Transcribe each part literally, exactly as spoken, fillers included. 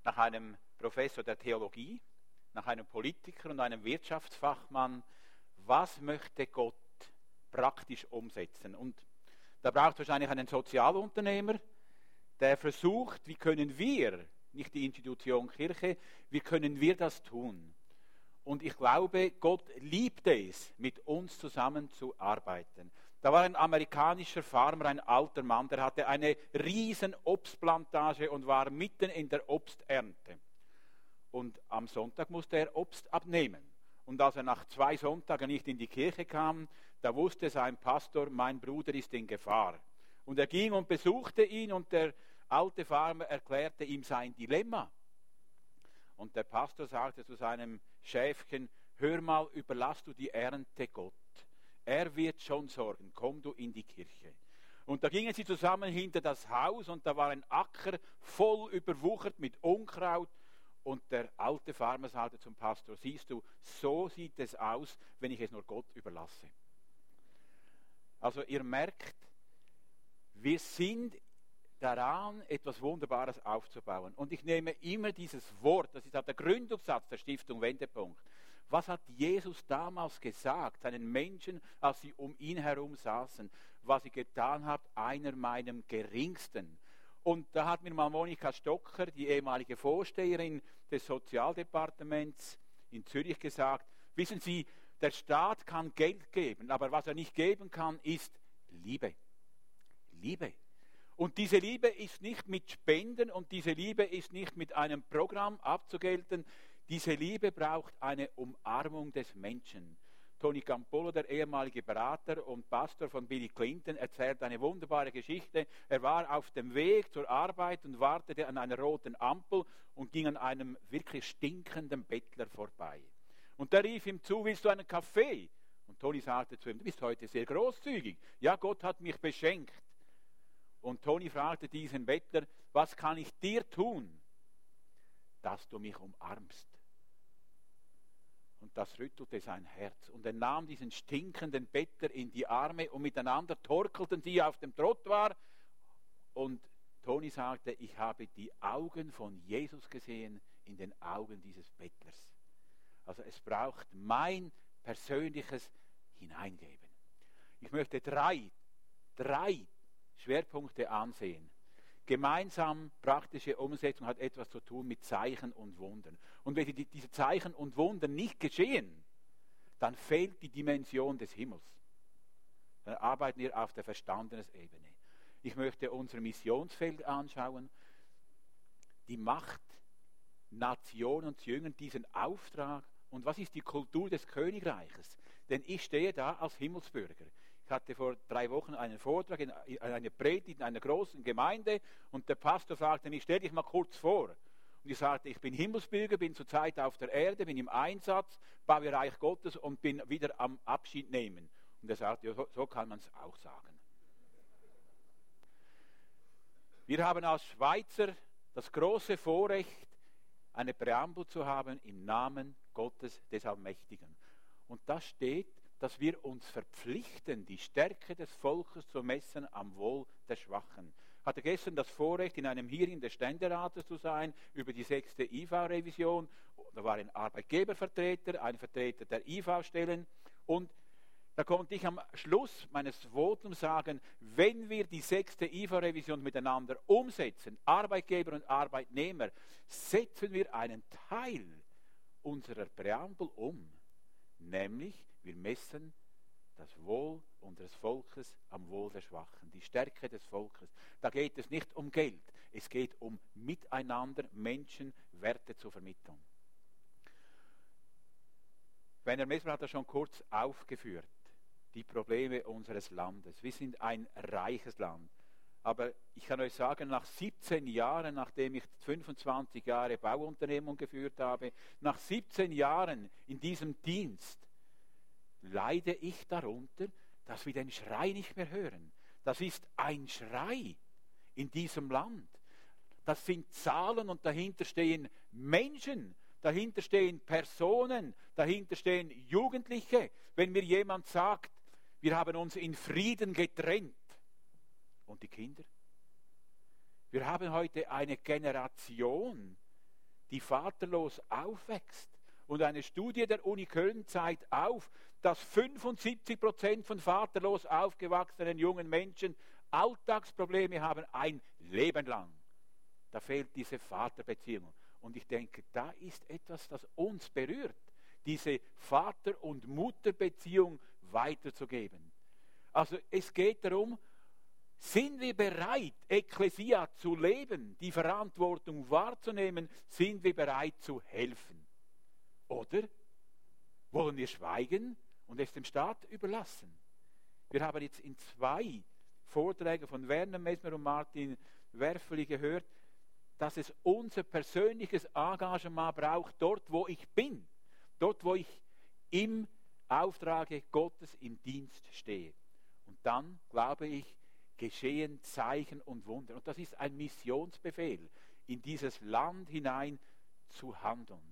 nach einem Professor der Theologie, nach einem Politiker und einem Wirtschaftsfachmann, was möchte Gott praktisch umsetzen? Und da braucht es wahrscheinlich einen Sozialunternehmer, der versucht, wie können wir, nicht die Institution Kirche, wie können wir das tun? Und ich glaube, Gott liebt es, mit uns zusammenzuarbeiten. Da war ein amerikanischer Farmer, ein alter Mann, der hatte eine riesen Obstplantage und war mitten in der Obsternte. Und am Sonntag musste er Obst abnehmen. Und als er nach zwei Sonntagen nicht in die Kirche kam, da wusste sein Pastor, mein Bruder ist in Gefahr. Und er ging und besuchte ihn und der alte Farmer erklärte ihm sein Dilemma. Und der Pastor sagte zu seinem Schäfchen, hör mal, überlass du die Ernte Gott. Er wird schon sorgen, komm du in die Kirche. Und da gingen sie zusammen hinter das Haus und da war ein Acker voll überwuchert mit Unkraut. Und der alte Farmer sagte zum Pastor, siehst du, so sieht es aus, wenn ich es nur Gott überlasse. Also ihr merkt, wir sind daran, etwas Wunderbares aufzubauen. Und ich nehme immer dieses Wort, das ist auch der Gründungssatz der Stiftung Wendepunkt. Was hat Jesus damals gesagt, seinen Menschen, als sie um ihn herum saßen? Was ihr getan habt, einer meinem Geringsten. Und da hat mir mal Monika Stocker, die ehemalige Vorsteherin des Sozialdepartements in Zürich, gesagt, wissen Sie, der Staat kann Geld geben, aber was er nicht geben kann, ist Liebe. Liebe. Und diese Liebe ist nicht mit Spenden und diese Liebe ist nicht mit einem Programm abzugelten. Diese Liebe braucht eine Umarmung des Menschen. Tony Campolo, der ehemalige Berater und Pastor von Billy Clinton, erzählt eine wunderbare Geschichte. Er war auf dem Weg zur Arbeit und wartete an einer roten Ampel und ging an einem wirklich stinkenden Bettler vorbei. Und der rief ihm zu, willst du einen Kaffee? Und Tony sagte zu ihm, du bist heute sehr großzügig. Ja, Gott hat mich beschenkt. Und Tony fragte diesen Bettler, was kann ich dir tun, dass du mich umarmst? Und das rüttelte sein Herz. Und er nahm diesen stinkenden Bettler in die Arme und miteinander torkelten sie auf dem Trottoir. Und Tony sagte, ich habe die Augen von Jesus gesehen in den Augen dieses Bettlers. Also es braucht mein persönliches Hineingeben. Ich möchte drei, drei Schwerpunkte ansehen. Gemeinsam praktische Umsetzung hat etwas zu tun mit Zeichen und Wundern. Und wenn die, diese Zeichen und Wunder nicht geschehen, dann fehlt die Dimension des Himmels. Dann arbeiten wir auf der Verstandesebene. Ich möchte unser Missionsfeld anschauen. Die Macht, Nationen zu jüngen, diesen Auftrag. Und was ist die Kultur des Königreiches? Denn ich stehe da als Himmelsbürger. Ich hatte vor drei Wochen einen Vortrag, in einer Predigt in einer großen Gemeinde und der Pastor sagte mich, stell dich mal kurz vor. Und ich sagte, ich bin Himmelsbürger, bin zurzeit auf der Erde, bin im Einsatz, baue Reich Gottes und bin wieder am Abschied nehmen. Und er sagte, ja, so, so kann man es auch sagen. Wir haben als Schweizer das große Vorrecht, eine Präambel zu haben im Namen Gottes des Allmächtigen. Und da steht, dass wir uns verpflichten, die Stärke des Volkes zu messen am Wohl der Schwachen. Ich hatte gestern das Vorrecht, in einem Hearing des Ständerates zu sein, über die sechste I V-Revision. Da war ein Arbeitgebervertreter, ein Vertreter der I V-Stellen. Und da konnte ich am Schluss meines Votums sagen, wenn wir die sechste I V-Revision miteinander umsetzen, Arbeitgeber und Arbeitnehmer, setzen wir einen Teil unserer Präambel um. Nämlich, wir messen das Wohl unseres Volkes am Wohl der Schwachen, die Stärke des Volkes. Da geht es nicht um Geld, es geht um Miteinander, Menschen, Werte zu vermitteln. Werner Messmer hat das schon kurz aufgeführt, die Probleme unseres Landes. Wir sind ein reiches Land. Aber ich kann euch sagen, nach siebzehn Jahren, nachdem ich fünfundzwanzig Jahre Bauunternehmung geführt habe, nach siebzehn Jahren in diesem Dienst, leide ich darunter, dass wir den Schrei nicht mehr hören. Das ist ein Schrei in diesem Land. Das sind Zahlen und dahinter stehen Menschen, dahinter stehen Personen, dahinter stehen Jugendliche. Wenn mir jemand sagt, wir haben uns in Frieden getrennt, und die Kinder? Wir haben heute eine Generation, die vaterlos aufwächst. Und eine Studie der Uni Köln zeigt auf, dass fünfundsiebzig Prozent von vaterlos aufgewachsenen jungen Menschen Alltagsprobleme haben, ein Leben lang. Da fehlt diese Vaterbeziehung. Und ich denke, da ist etwas, das uns berührt, diese Vater- und Mutterbeziehung weiterzugeben. Also es geht darum, sind wir bereit, Ekklesia zu leben, die Verantwortung wahrzunehmen, sind wir bereit zu helfen? Oder wollen wir schweigen und es dem Staat überlassen? Wir haben jetzt in zwei Vorträgen von Werner Messmer und Martin Werfeli gehört, dass es unser persönliches Engagement braucht, dort wo ich bin, dort wo ich im Auftrage Gottes im Dienst stehe. Und dann, glaube ich, geschehen Zeichen und Wunder. Und das ist ein Missionsbefehl, in dieses Land hinein zu handeln.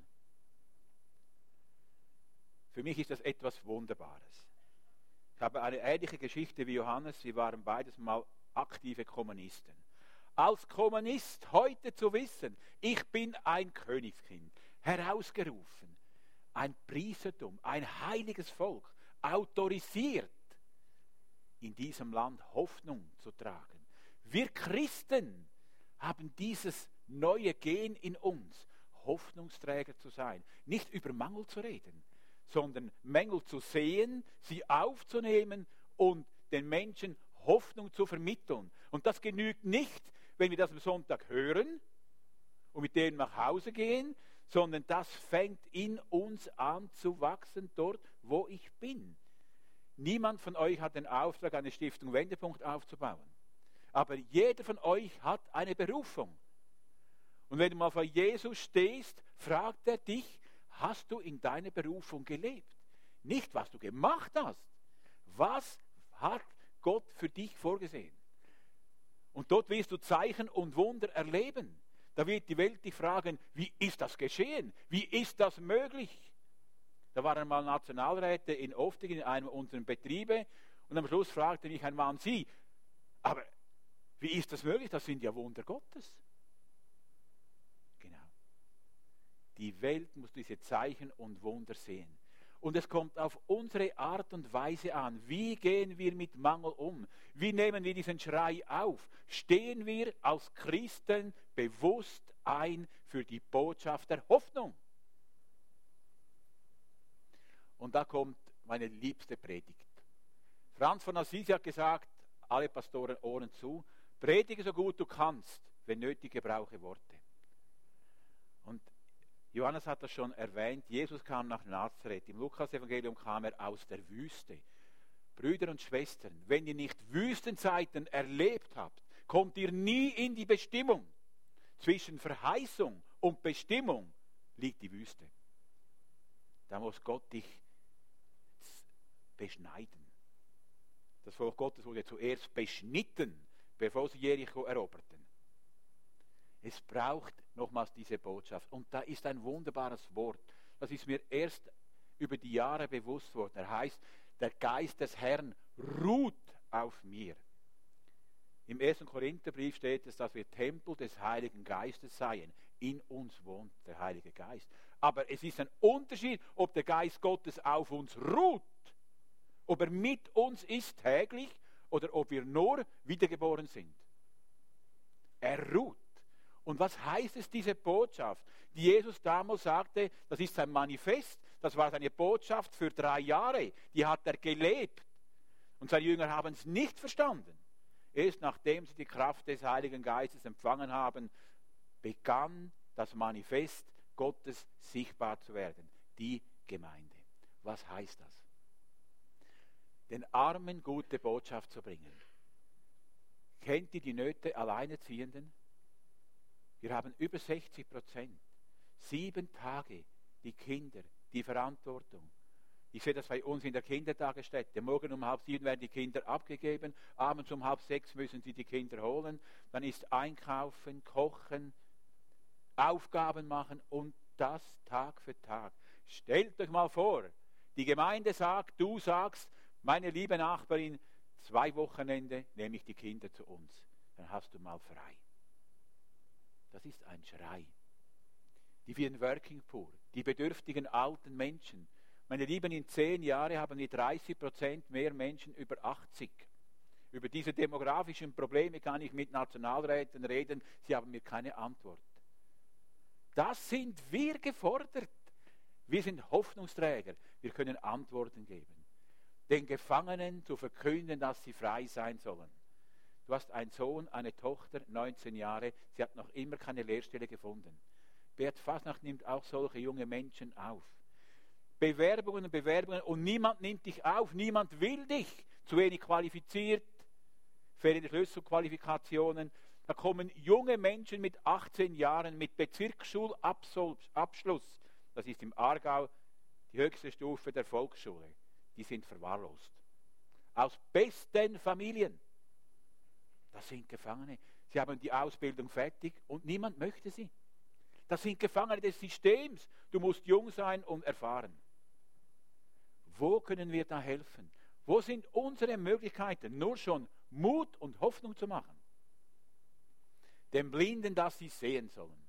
Für mich ist das etwas Wunderbares. Ich habe eine ähnliche Geschichte wie Johannes. Wir waren beides mal aktive Kommunisten. Als Kommunist heute zu wissen, ich bin ein Königskind, herausgerufen, ein Priestertum, ein heiliges Volk, autorisiert, in diesem Land Hoffnung zu tragen. Wir Christen haben dieses neue Gen in uns, Hoffnungsträger zu sein, nicht über Mangel zu reden, sondern Mängel zu sehen, sie aufzunehmen und den Menschen Hoffnung zu vermitteln. Und das genügt nicht, wenn wir das am Sonntag hören und mit denen nach Hause gehen, sondern das fängt in uns an zu wachsen, dort, wo ich bin. Niemand von euch hat den Auftrag, eine Stiftung Wendepunkt aufzubauen. Aber jeder von euch hat eine Berufung. Und wenn du mal vor Jesus stehst, fragt er dich, hast du in deiner Berufung gelebt? Nicht, was du gemacht hast. Was hat Gott für dich vorgesehen? Und dort wirst du Zeichen und Wunder erleben. Da wird die Welt dich fragen, wie ist das geschehen? Wie ist das möglich? Da waren mal Nationalräte in Oftingen in einem unserer Betriebe und am Schluss fragte mich ein Mann, Sie, aber wie ist das möglich? Das sind ja Wunder Gottes. Genau. Die Welt muss diese Zeichen und Wunder sehen. Und es kommt auf unsere Art und Weise an. Wie gehen wir mit Mangel um? Wie nehmen wir diesen Schrei auf? Stehen wir als Christen bewusst ein für die Botschaft der Hoffnung? Und da kommt meine liebste Predigt. Franz von Assisi hat gesagt, alle Pastoren Ohren zu, predige so gut du kannst, wenn nötig gebrauche Worte. Und Johannes hat das schon erwähnt, Jesus kam nach Nazareth, im Lukas-Evangelium kam er aus der Wüste. Brüder und Schwestern, wenn ihr nicht Wüstenzeiten erlebt habt, kommt ihr nie in die Bestimmung. Zwischen Verheißung und Bestimmung liegt die Wüste. Da muss Gott dich beschneiden. Das Volk Gottes wurde zuerst beschnitten, bevor sie Jericho eroberten. Es braucht nochmals diese Botschaft. Und da ist ein wunderbares Wort. Das ist mir erst über die Jahre bewusst worden. Er heißt, der Geist des Herrn ruht auf mir. Im ersten Korintherbrief steht es, dass wir Tempel des Heiligen Geistes seien. In uns wohnt der Heilige Geist. Aber es ist ein Unterschied, ob der Geist Gottes auf uns ruht, ob er mit uns ist täglich oder ob wir nur wiedergeboren sind. Er ruht. Und was heißt es, diese Botschaft, die Jesus damals sagte, das ist sein Manifest, das war seine Botschaft für drei Jahre, die hat er gelebt. Und seine Jünger haben es nicht verstanden. Erst nachdem sie die Kraft des Heiligen Geistes empfangen haben, begann das Manifest Gottes sichtbar zu werden, die Gemeinde. Was heißt das? Den Armen gute Botschaft zu bringen. Kennt ihr die Nöte Alleinerziehenden? Wir haben über sechzig Prozent. Sieben Tage die Kinder, die Verantwortung. Ich sehe das bei uns in der Kindertagesstätte. Morgen um halb sieben werden die Kinder abgegeben, abends um halb sechs müssen sie die Kinder holen. Dann ist Einkaufen, Kochen, Aufgaben machen und das Tag für Tag. Stellt euch mal vor, die Gemeinde sagt, du sagst, meine liebe Nachbarin, zwei Wochenende nehme ich die Kinder zu uns. Dann hast du mal frei. Das ist ein Schrei. die vielen Working Poor, die bedürftigen alten Menschen. Meine Lieben, in zehn Jahren haben wir dreißig Prozent mehr Menschen über achtzig. Über diese demografischen Probleme kann ich mit Nationalräten reden, sie haben mir keine Antwort. Das sind wir gefordert. Wir sind Hoffnungsträger, wir können Antworten geben. Den Gefangenen zu verkünden, dass sie frei sein sollen. Du hast einen Sohn, eine Tochter, neunzehn Jahre, sie hat noch immer keine Lehrstelle gefunden. Bert Fasnacht nimmt auch solche junge Menschen auf. Bewerbungen und Bewerbungen und niemand nimmt dich auf, niemand will dich. Zu wenig qualifiziert, fehlende Schlüsselqualifikationen. Da kommen junge Menschen mit achtzehn Jahren mit Bezirksschulabschluss. Das ist im Aargau die höchste Stufe der Volksschule. Die sind verwahrlost. Aus besten Familien. Das sind Gefangene. Sie haben die Ausbildung fertig und niemand möchte sie. Das sind Gefangene des Systems. Du musst jung sein und erfahren. Wo können wir da helfen? Wo sind unsere Möglichkeiten? Nur schon Mut und Hoffnung zu machen. Den Blinden, dass sie sehen sollen.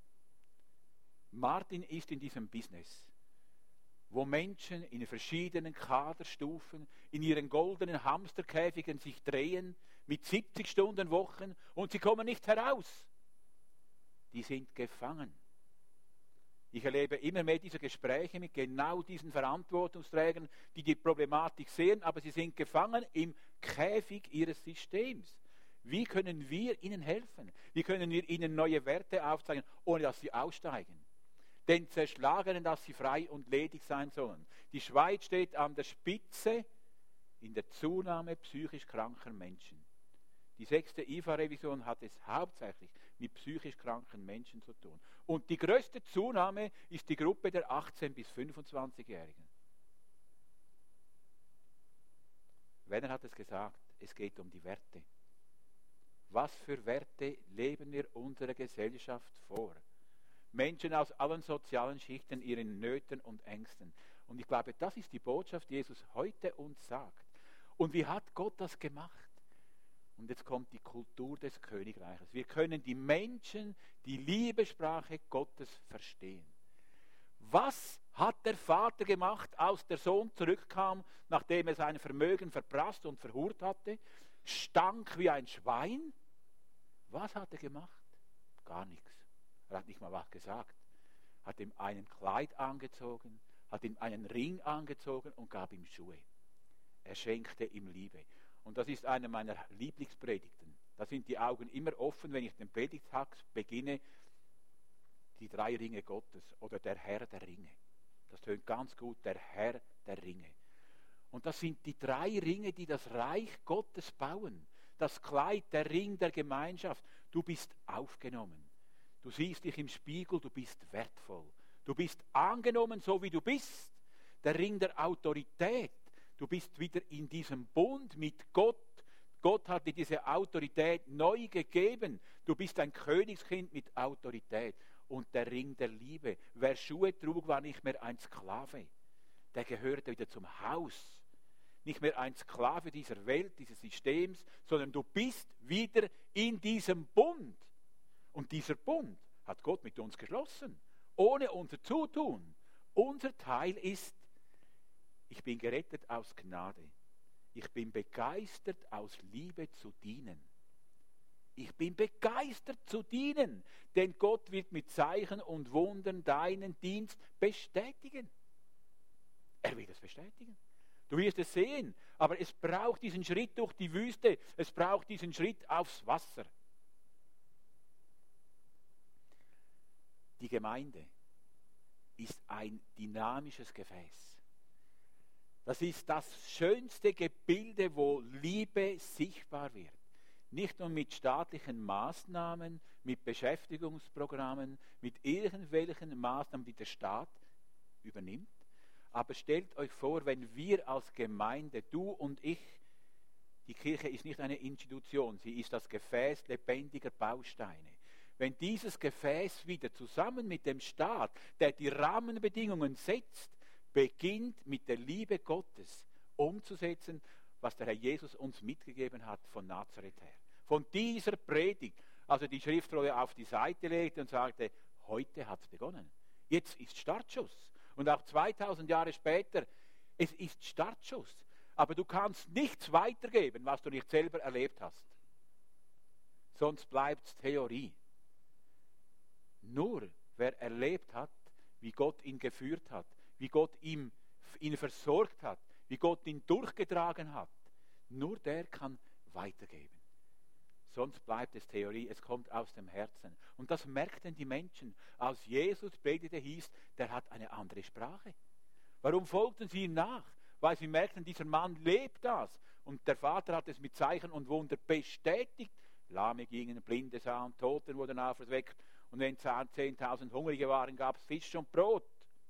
Martin ist in diesem Business, wo Menschen in verschiedenen Kaderstufen in ihren goldenen Hamsterkäfigen sich drehen, mit siebzig Stunden Wochen und sie kommen nicht heraus. Die sind gefangen. Ich erlebe immer mehr diese Gespräche mit genau diesen Verantwortungsträgern, die die Problematik sehen, aber sie sind gefangen im Käfig ihres Systems. Wie können wir ihnen helfen? Wie können wir ihnen neue Werte aufzeigen, ohne dass sie aussteigen? Den Zerschlagenen, dass sie frei und ledig sein sollen. Die Schweiz steht an der Spitze in der Zunahme psychisch kranker Menschen. Die sechste I F A-Revision hat es hauptsächlich mit psychisch kranken Menschen zu tun. Und die größte Zunahme ist die Gruppe der achtzehn- bis fünfundzwanzigjährigen. Werner hat es gesagt, es geht um die Werte. Was für Werte leben wir unserer Gesellschaft vor? Menschen aus allen sozialen Schichten, ihren Nöten und Ängsten. Und ich glaube, das ist die Botschaft, die Jesus heute uns sagt. Und wie hat Gott das gemacht? Und jetzt kommt die Kultur des Königreiches. Wir können die Menschen, die Liebessprache Gottes verstehen. Was hat der Vater gemacht, als der Sohn zurückkam, nachdem er sein Vermögen verprasst und verhurt hatte? Stank wie ein Schwein. Was hat er gemacht? Gar nichts. Er hat nicht mal was gesagt. Hat ihm ein Kleid angezogen, hat ihm einen Ring angezogen und gab ihm Schuhe. Er schenkte ihm Liebe. Und das ist eine meiner Lieblingspredigten. Da sind die Augen immer offen, wenn ich den Predigttext beginne. Die drei Ringe Gottes oder der Herr der Ringe. Das tönt ganz gut, der Herr der Ringe. Und das sind die drei Ringe, die das Reich Gottes bauen. Das Kleid, der Ring der Gemeinschaft. Du bist aufgenommen. Du siehst dich im Spiegel, du bist wertvoll. Du bist angenommen, so wie du bist. Der Ring der Autorität. Du bist wieder in diesem Bund mit Gott. Gott hat dir diese Autorität neu gegeben. Du bist ein Königskind mit Autorität. Und der Ring der Liebe. Wer Schuhe trug, war nicht mehr ein Sklave. Der gehörte wieder zum Haus. Nicht mehr ein Sklave dieser Welt, dieses Systems, sondern du bist wieder in diesem Bund. Und dieser Bund hat Gott mit uns geschlossen, ohne unser Zutun. Unser Teil ist, ich bin gerettet aus Gnade. Ich bin begeistert aus Liebe zu dienen. Ich bin begeistert zu dienen, denn Gott wird mit Zeichen und Wundern deinen Dienst bestätigen. Er wird es bestätigen. Du wirst es sehen, aber es braucht diesen Schritt durch die Wüste, es braucht diesen Schritt aufs Wasser. Die Gemeinde ist ein dynamisches Gefäß. Das ist das schönste Gebilde, wo Liebe sichtbar wird. Nicht nur mit staatlichen Maßnahmen, mit Beschäftigungsprogrammen, mit irgendwelchen Maßnahmen, die der Staat übernimmt. Aber stellt euch vor, wenn wir als Gemeinde, du und ich, die Kirche ist nicht eine Institution, sie ist das Gefäß lebendiger Bausteine. Wenn dieses Gefäß wieder zusammen mit dem Staat, der die Rahmenbedingungen setzt, beginnt mit der Liebe Gottes umzusetzen, was der Herr Jesus uns mitgegeben hat von Nazareth her. Von dieser Predigt, als er die Schriftrolle auf die Seite legte und sagte, Heute hat es begonnen. Jetzt ist Startschuss. Und auch zweitausend Jahre später, es ist Startschuss. Aber du kannst nichts weitergeben, was du nicht selber erlebt hast. Sonst bleibt es Theorie. Nur wer erlebt hat, wie Gott ihn geführt hat, wie Gott ihm, ihn versorgt hat, wie Gott ihn durchgetragen hat, nur der kann weitergeben. Sonst bleibt es Theorie, es kommt aus dem Herzen. Und das merkten die Menschen. Als Jesus predigte, hieß, der hat eine andere Sprache. Warum folgten sie ihm nach? Weil sie merkten, dieser Mann lebt das. Und der Vater hat es mit Zeichen und Wunder bestätigt. Lahme gingen, Blinde sahen, Toten wurden auferweckt. Und wenn zehntausend Hungrige waren, gab es Fisch und Brot.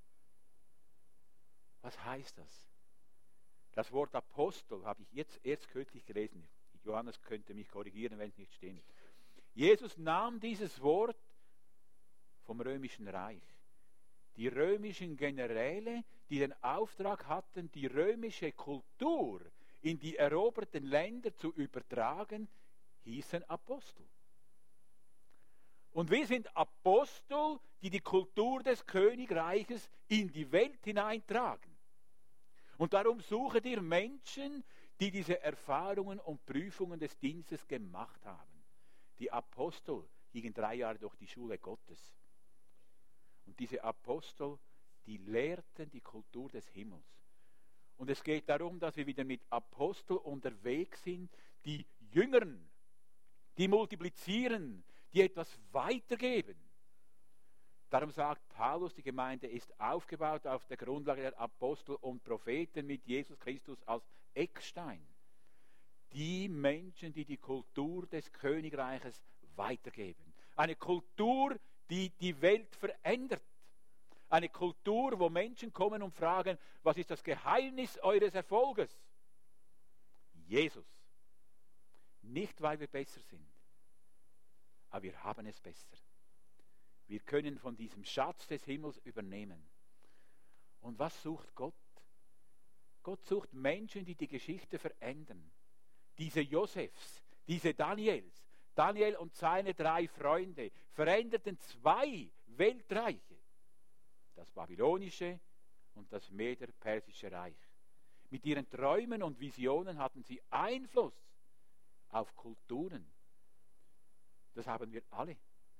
Was heißt das? Das Wort Apostel habe ich jetzt erst kürzlich gelesen. Johannes könnte mich korrigieren, wenn es nicht stimmt. Jesus nahm dieses Wort vom Römischen Reich. Die römischen Generäle, die den Auftrag hatten, die römische Kultur in die eroberten Länder zu übertragen, hießen Apostel. Und wir sind Apostel, die die Kultur des Königreiches in die Welt hineintragen. Und darum suche dir Menschen, die diese Erfahrungen und Prüfungen des Dienstes gemacht haben. Die Apostel gingen drei Jahre durch die Schule Gottes. Und diese Apostel, die lehrten die Kultur des Himmels. Und es geht darum, dass wir wieder mit Aposteln unterwegs sind, die jüngern, die multiplizieren, die etwas weitergeben. Darum sagt Paulus, die Gemeinde ist aufgebaut auf der Grundlage der Apostel und Propheten mit Jesus Christus als Eckstein. Die Menschen, die die Kultur des Königreiches weitergeben. Eine Kultur, die die Welt verändert. Eine Kultur, wo Menschen kommen und fragen, was ist das Geheimnis eures Erfolges? Jesus. Nicht, weil wir besser sind, aber wir haben es besser. Wir können von diesem Schatz des Himmels übernehmen. Und was sucht Gott? Gott sucht Menschen, die die Geschichte verändern. Diese Josefs, diese Daniels, Daniel und seine drei Freunde veränderten zwei Weltreiche. Das babylonische und das meder-persische Reich. Mit ihren Träumen und Visionen hatten sie Einfluss auf Kulturen. Das haben wir alle.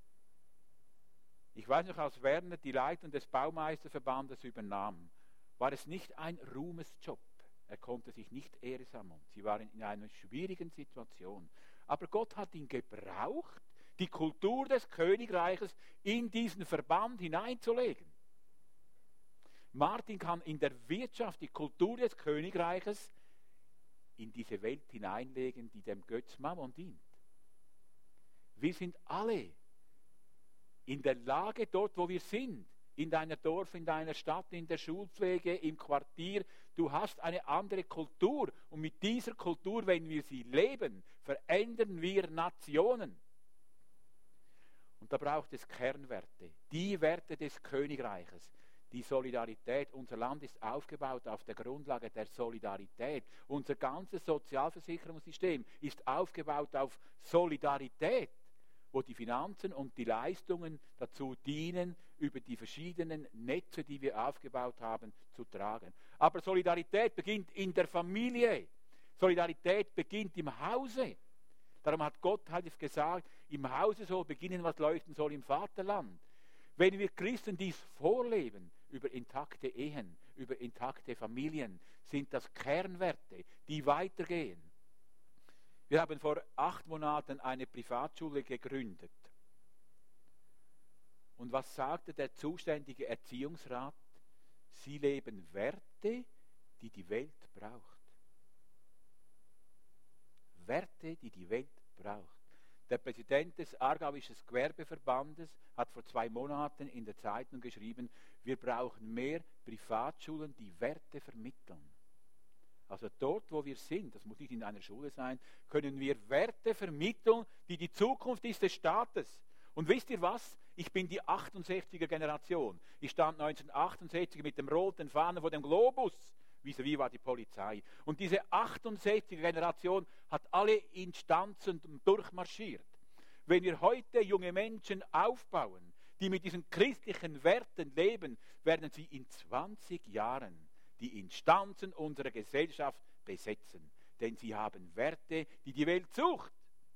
Ich weiß noch, als Werner die Leitung des Baumeisterverbandes übernahm, war es nicht ein Ruhmesjob. Er konnte sich nicht Ehre sammeln. Sie waren in einer schwierigen Situation. Aber Gott hat ihn gebraucht, die Kultur des Königreiches in diesen Verband hineinzulegen. Martin kann in der Wirtschaft die Kultur des Königreiches in diese Welt hineinlegen, die dem Götz Mammon dient. Wir sind alle in der Lage, dort wo wir sind, in deiner Dorf, in deiner Stadt, in der Schulpflege, im Quartier, du hast eine andere Kultur und mit dieser Kultur, wenn wir sie leben, verändern wir Nationen. Und da braucht es Kernwerte, die Werte des Königreiches. Die Solidarität, unser Land ist aufgebaut auf der Grundlage der Solidarität. Unser ganzes Sozialversicherungssystem ist aufgebaut auf Solidarität, wo die Finanzen und die Leistungen dazu dienen, über die verschiedenen Netze, die wir aufgebaut haben, zu tragen. Aber Solidarität beginnt in der Familie. Solidarität beginnt im Hause. Darum hat Gott halt gesagt, im Hause soll beginnen, was leuchten soll im Vaterland. Wenn wir Christen dies vorleben, über intakte Ehen, über intakte Familien, sind das Kernwerte, die weitergehen. Wir haben vor acht Monaten eine Privatschule gegründet. Und was sagte der zuständige Erziehungsrat? Sie leben Werte, die die Welt braucht. Werte, die die Welt braucht. Der Präsident des Aargauischen Gewerbeverbandes hat vor zwei Monaten in der Zeitung geschrieben, wir brauchen mehr Privatschulen, die Werte vermitteln. Also dort, wo wir sind, das muss nicht in einer Schule sein, können wir Werte vermitteln, die die Zukunft ist des Staates. Und wisst ihr was? Ich bin die achtundsechziger Generation. Ich stand neunzehnhundertachtundsechzig mit dem roten Fahnen vor dem Globus. Vis-à-vis war die Polizei. Und diese achtundsechziger Generation hat alle Instanzen durchmarschiert. Wenn wir heute junge Menschen aufbauen, die mit diesen christlichen Werten leben, werden sie in zwanzig Jahren die Instanzen unserer Gesellschaft besetzen. Denn sie haben Werte, die die Welt sucht.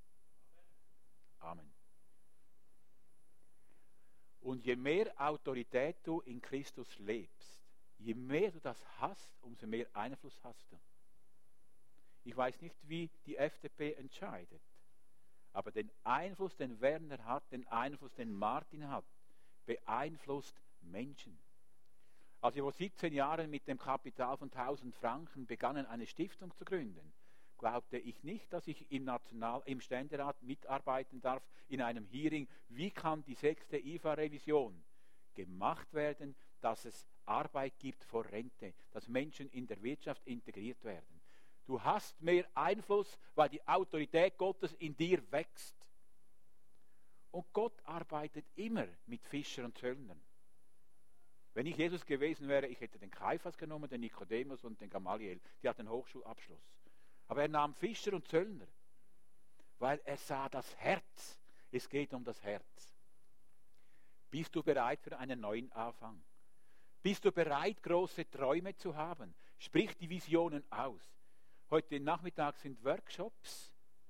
Amen. Und je mehr Autorität du in Christus lebst, je mehr du das hast, umso mehr Einfluss hast du. Ich weiß nicht, wie die F D P entscheidet, aber den Einfluss, den Werner hat, den Einfluss, den Martin hat, beeinflusst Menschen. Als wir vor siebzehn Jahren mit dem Kapital von tausend Franken begannen, eine Stiftung zu gründen, glaubte ich nicht, dass ich im, National-, im Ständerat mitarbeiten darf in einem Hearing, wie kann die sechste I F A-Revision gemacht werden, dass es Arbeit gibt vor Rente, dass Menschen in der Wirtschaft integriert werden. Du hast mehr Einfluss, weil die Autorität Gottes in dir wächst. Und Gott arbeitet immer mit Fischern und Zöllnern. Wenn ich Jesus gewesen wäre, ich hätte den Kaiphas genommen, den Nikodemus und den Gamaliel. Die hatten einen Hochschulabschluss. Aber er nahm Fischer und Zöllner, weil er sah das Herz. Es geht um das Herz. Bist du bereit für einen neuen Anfang? Bist du bereit, große Träume zu haben? Sprich die Visionen aus. Heute Nachmittag sind Workshops,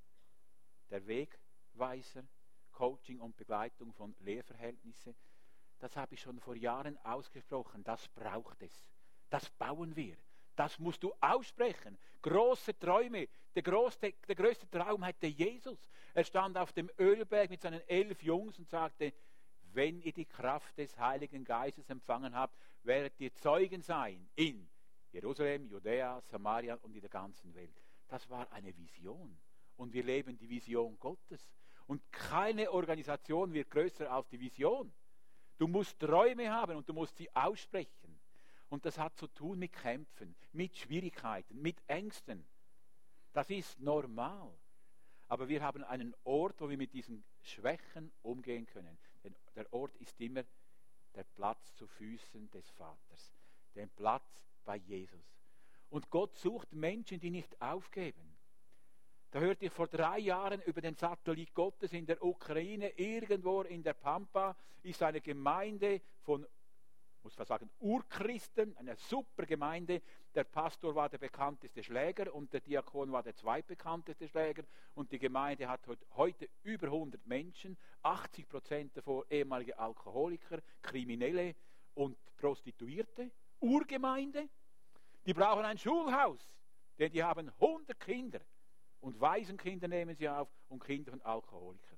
der Wegweiser, Coaching und Begleitung von Lehrverhältnissen. Das habe ich schon vor Jahren ausgesprochen. Das braucht es. Das bauen wir. Das musst du aussprechen. Große Träume. Der größte, der größte Traum hatte Jesus. Er stand auf dem Ölberg mit seinen elf Jungs und sagte, wenn ihr die Kraft des Heiligen Geistes empfangen habt, werdet ihr Zeugen sein in Jerusalem, Judäa, Samaria und in der ganzen Welt. Das war eine Vision. Und wir leben die Vision Gottes. Und keine Organisation wird größer als die Vision. Du musst Träume haben und du musst sie aussprechen. Und das hat zu tun mit Kämpfen, mit Schwierigkeiten, mit Ängsten. Das ist normal. Aber wir haben einen Ort, wo wir mit diesen Schwächen umgehen können. Denn der Ort ist immer der Platz zu Füßen des Vaters. Der Platz bei Jesus. Und Gott sucht Menschen, die nicht aufgeben. Da hörte ich vor drei Jahren über den Satellit Gottes in der Ukraine, irgendwo in der Pampa ist eine Gemeinde von, muss man sagen, Urchristen, eine super Gemeinde. Der Pastor war der bekannteste Schläger und der Diakon war der zweitbekannteste Schläger. Und die Gemeinde hat heute über hundert Menschen, achtzig Prozent davon ehemalige Alkoholiker, Kriminelle und Prostituierte. Urgemeinde. Die brauchen ein Schulhaus, denn die haben hundert Kinder. Und Waisenkinder nehmen sie auf und Kinder von Alkoholikern.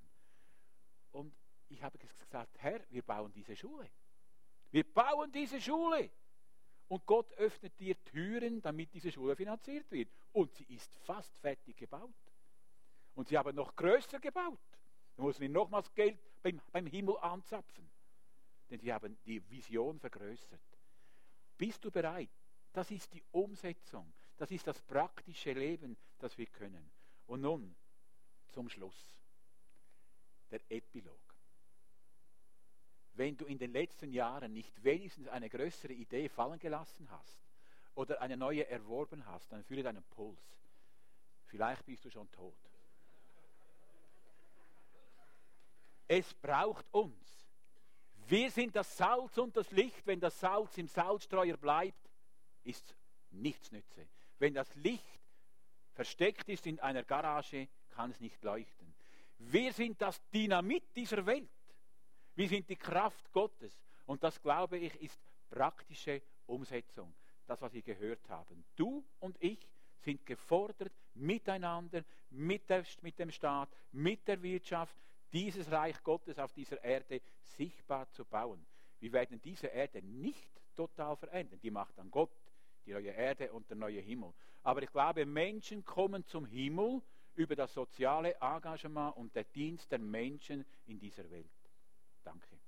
Und ich habe gesagt, Herr, wir bauen diese Schule. Wir bauen diese Schule. Und Gott öffnet dir Türen, damit diese Schule finanziert wird. Und sie ist fast fertig gebaut. Und sie haben noch größer gebaut. Da müssen wir nochmals Geld beim, beim Himmel anzapfen. Denn sie haben die Vision vergrößert. Bist du bereit? Das ist die Umsetzung. Das ist das praktische Leben, das wir können. Und nun zum Schluss. Der Epilog. Wenn du in den letzten Jahren nicht wenigstens eine größere Idee fallen gelassen hast oder eine neue erworben hast, dann fühle deinen Puls. Vielleicht bist du schon tot. Es braucht uns. Wir sind das Salz und das Licht. Wenn das Salz im Salzstreuer bleibt, ist nichts nütze. Wenn das Licht versteckt ist in einer Garage, kann es nicht leuchten. Wir sind das Dynamit dieser Welt. Wir sind die Kraft Gottes. Und das, glaube ich, ist praktische Umsetzung. Das, was wir gehört haben. Du und ich sind gefordert, miteinander, mit, der, mit dem Staat, mit der Wirtschaft, dieses Reich Gottes auf dieser Erde sichtbar zu bauen. Wir werden diese Erde nicht total verändern. Die macht dann Gott, die neue Erde und der neue Himmel. Aber ich glaube, Menschen kommen zum Himmel über das soziale Engagement und der Dienst der Menschen in dieser Welt. Danke.